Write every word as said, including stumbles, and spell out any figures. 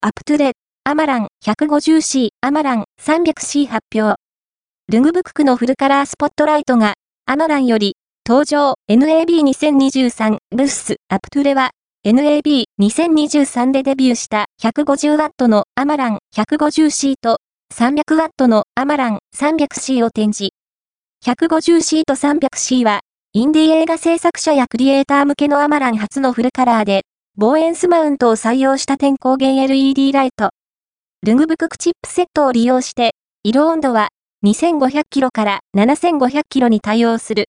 アップトゥレ、アマラン ひゃくごじゅうシー、アマラン さんびゃくシー 発表。ルグブククのフルカラースポットライトが、アマランより、登場 エヌエービーにせんにじゅうさん ブースアップトゥレは、エヌエービーにせんにじゅうさん でデビューした ひゃくごじゅうワット のアマラン ひゃくごじゅうシー と さんびゃくワット のアマラン さんびゃくシー を展示。ひゃくごじゅうシー と さんびゃくシー は、インディー映画制作者やクリエイター向けのアマラン初のフルカラーで、ボーエンスマウントを採用した点光源 エルイーディー ライト。ルグブククチップセットを利用して、色温度はにせんごひゃくキロからななせんごひゃくキロに対応する